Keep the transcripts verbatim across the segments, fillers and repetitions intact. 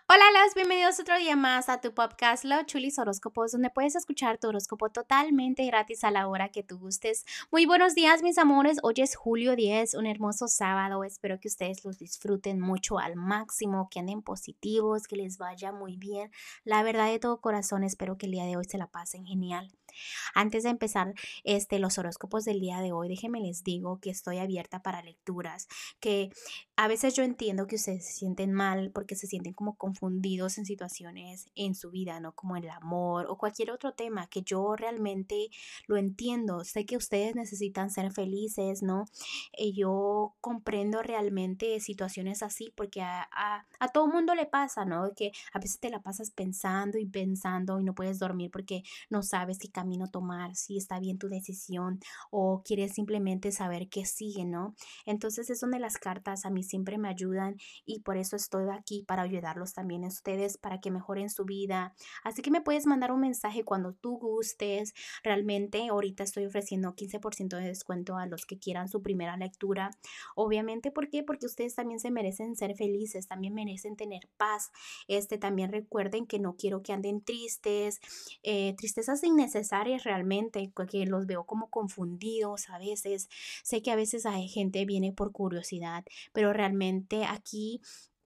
Hola, los bienvenidos otro día más a tu podcast Los Chulis Horóscopos, donde puedes escuchar tu horóscopo totalmente gratis a la hora que tú gustes. Muy buenos días, mis amores. Hoy es julio diez, un hermoso sábado. Espero que ustedes los disfruten mucho al máximo, que anden positivos, que les vaya muy bien. La verdad, de todo corazón, espero que el día de hoy se la pasen genial. Antes de empezar este, los horóscopos del día de hoy, déjenme les digo que estoy abierta para lecturas, que a veces yo entiendo que ustedes se sienten mal porque se sienten como confundidos en situaciones en su vida, ¿no? Como el amor o cualquier otro tema que yo realmente lo entiendo. Sé que ustedes necesitan ser felices, ¿no? Y yo comprendo realmente situaciones así porque a, a, a todo mundo le pasa, ¿no? Que a veces te la pasas pensando y pensando y no puedes dormir porque no sabes qué camino tomar, si está bien tu decisión o quieres simplemente saber qué sigue, ¿no? Entonces es donde las cartas a mí siempre me ayudan y por eso estoy aquí para ayudarlos también a ustedes para que mejoren su vida. Así que me puedes mandar un mensaje cuando tú gustes. Realmente ahorita estoy ofreciendo quince por ciento de descuento a los que quieran su primera lectura. Obviamente, ¿por qué? Porque ustedes también se merecen ser felices, también merecen tener paz. Este, también recuerden que no quiero que anden tristes, eh, tristezas innecesarias realmente, porque los veo como confundidos a veces. Sé que a veces hay gente viene por curiosidad, pero realmente aquí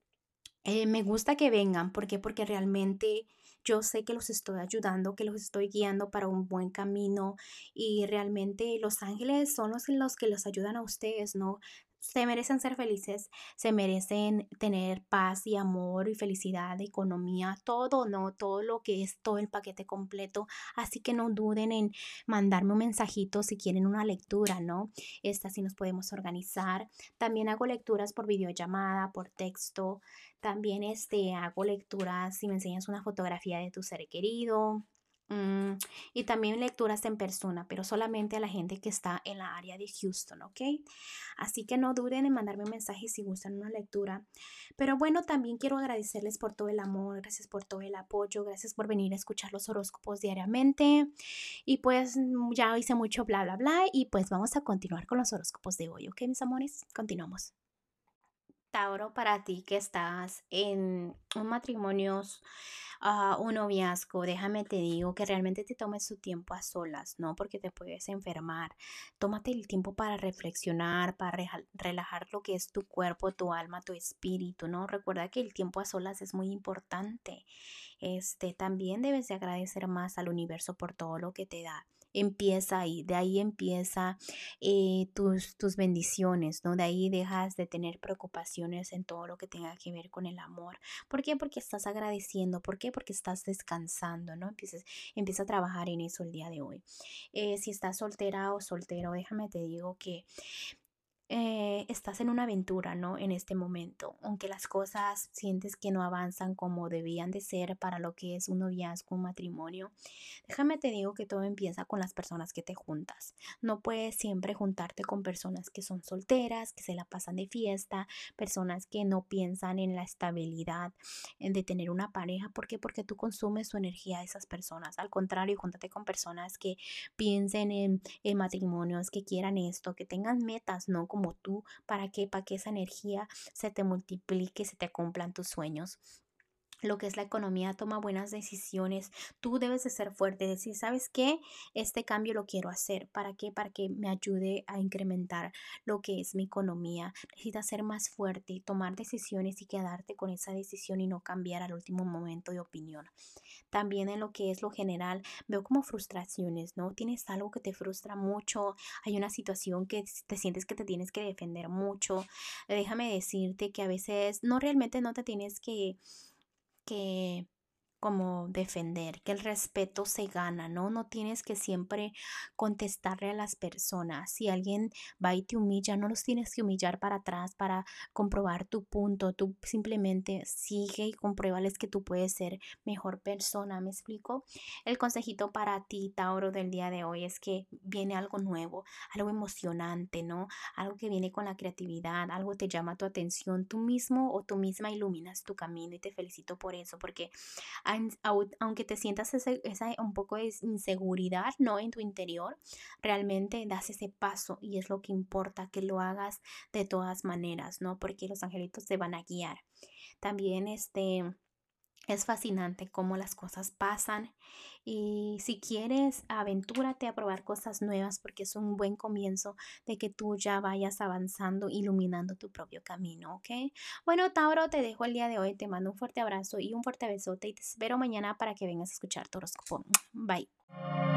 eh, me gusta que vengan. ¿Por qué? Porque realmente yo sé que los estoy ayudando, que los estoy guiando para un buen camino y realmente los ángeles son los, los que los ayudan a ustedes, ¿no? Se merecen ser felices, se merecen tener paz y amor y felicidad, economía, todo, ¿no? Todo lo que es todo el paquete completo. Así que no duden en mandarme un mensajito si quieren una lectura, ¿no? Esta sí nos podemos organizar. También hago lecturas por videollamada, por texto. También este, hago lecturas si me enseñas una fotografía de tu ser querido. mm, y también lecturas en persona, pero solamente a la gente que está en la área de Houston, ¿ok? Así que no duden en mandarme un mensaje si gustan una lectura. Pero bueno, también quiero agradecerles por todo el amor, gracias por todo el apoyo, gracias por venir a escuchar los horóscopos diariamente. Y pues mm, ya hice mucho bla, bla, bla. Y pues vamos a continuar con los horóscopos de hoy, ¿ok, mis amores? Continuamos. Tauro, para ti que estás en un matrimonio, ah, un noviazgo, déjame te digo que realmente te tomes tu tiempo a solas, ¿no? Porque te puedes enfermar. Tómate el tiempo para reflexionar, para reja- relajar lo que es tu cuerpo, tu alma, tu espíritu, ¿no? Recuerda que el tiempo a solas es muy importante. Este, también debes de agradecer más al universo por todo lo que te da. Empieza ahí, de ahí empieza eh, tus, tus bendiciones, ¿no? De ahí dejas de tener preocupaciones en todo lo que tenga que ver con el amor. ¿Por qué? Porque estás agradeciendo. ¿Por qué? Porque estás descansando, ¿no? Empieces, empieza a trabajar en eso el día de hoy. Eh, si estás soltera o soltero, déjame te digo que eh, estás en una aventura, ¿no? En este momento, aunque las cosas sientes que no avanzan como debían de ser para lo que es un noviazgo, un matrimonio. Déjame te digo que todo empieza con las personas que te juntas. No puedes siempre juntarte con personas que son solteras, que se la pasan de fiesta, personas que no piensan en la estabilidad en de tener una pareja. ¿Por qué? Porque tú consumes tu energía de esas personas. Al contrario, júntate con personas que piensen en, en matrimonios, que quieran esto, que tengan metas, ¿no? Como tú, ¿para qué? Para que esa energía se te multiplique, se te cumplan tus sueños. Lo que es la economía, toma buenas decisiones. Tú debes de ser fuerte, decir, ¿sabes qué? Este cambio lo quiero hacer. ¿Para qué? Para que me ayude a incrementar lo que es mi economía. Necesitas ser más fuerte y tomar decisiones y quedarte con esa decisión y no cambiar al último momento de opinión. También en lo que es lo general, veo como frustraciones, ¿no? Tienes algo que te frustra mucho, hay una situación que te sientes que te tienes que defender mucho. Déjame decirte que a veces no realmente no te tienes que que como defender, que el respeto se gana, ¿no? No tienes que siempre contestarle a las personas. Si alguien va y te humilla, no los tienes que humillar para atrás para comprobar tu punto. Tú simplemente sigue y compruébales que tú puedes ser mejor persona. ¿Me explico? El consejito para ti, Tauro, del día de hoy es que viene algo nuevo, algo emocionante, ¿no? Algo que viene con la creatividad, algo te llama tu atención, tú mismo o tú misma iluminas tu camino y te felicito por eso, porque aun- au- aunque te sientas ese- esa un poco de inseguridad, ¿no? En tu interior, realmente das ese paso y es lo que importa, que lo hagas de todas maneras, ¿no? Porque los angelitos te van a guiar. También, este... Es fascinante cómo las cosas pasan y si quieres, aventúrate a probar cosas nuevas porque es un buen comienzo de que tú ya vayas avanzando, iluminando tu propio camino, ¿ok? Bueno, Tauro, te dejo el día de hoy, te mando un fuerte abrazo y un fuerte besote y te espero mañana para que vengas a escuchar tu horóscopo. Bye.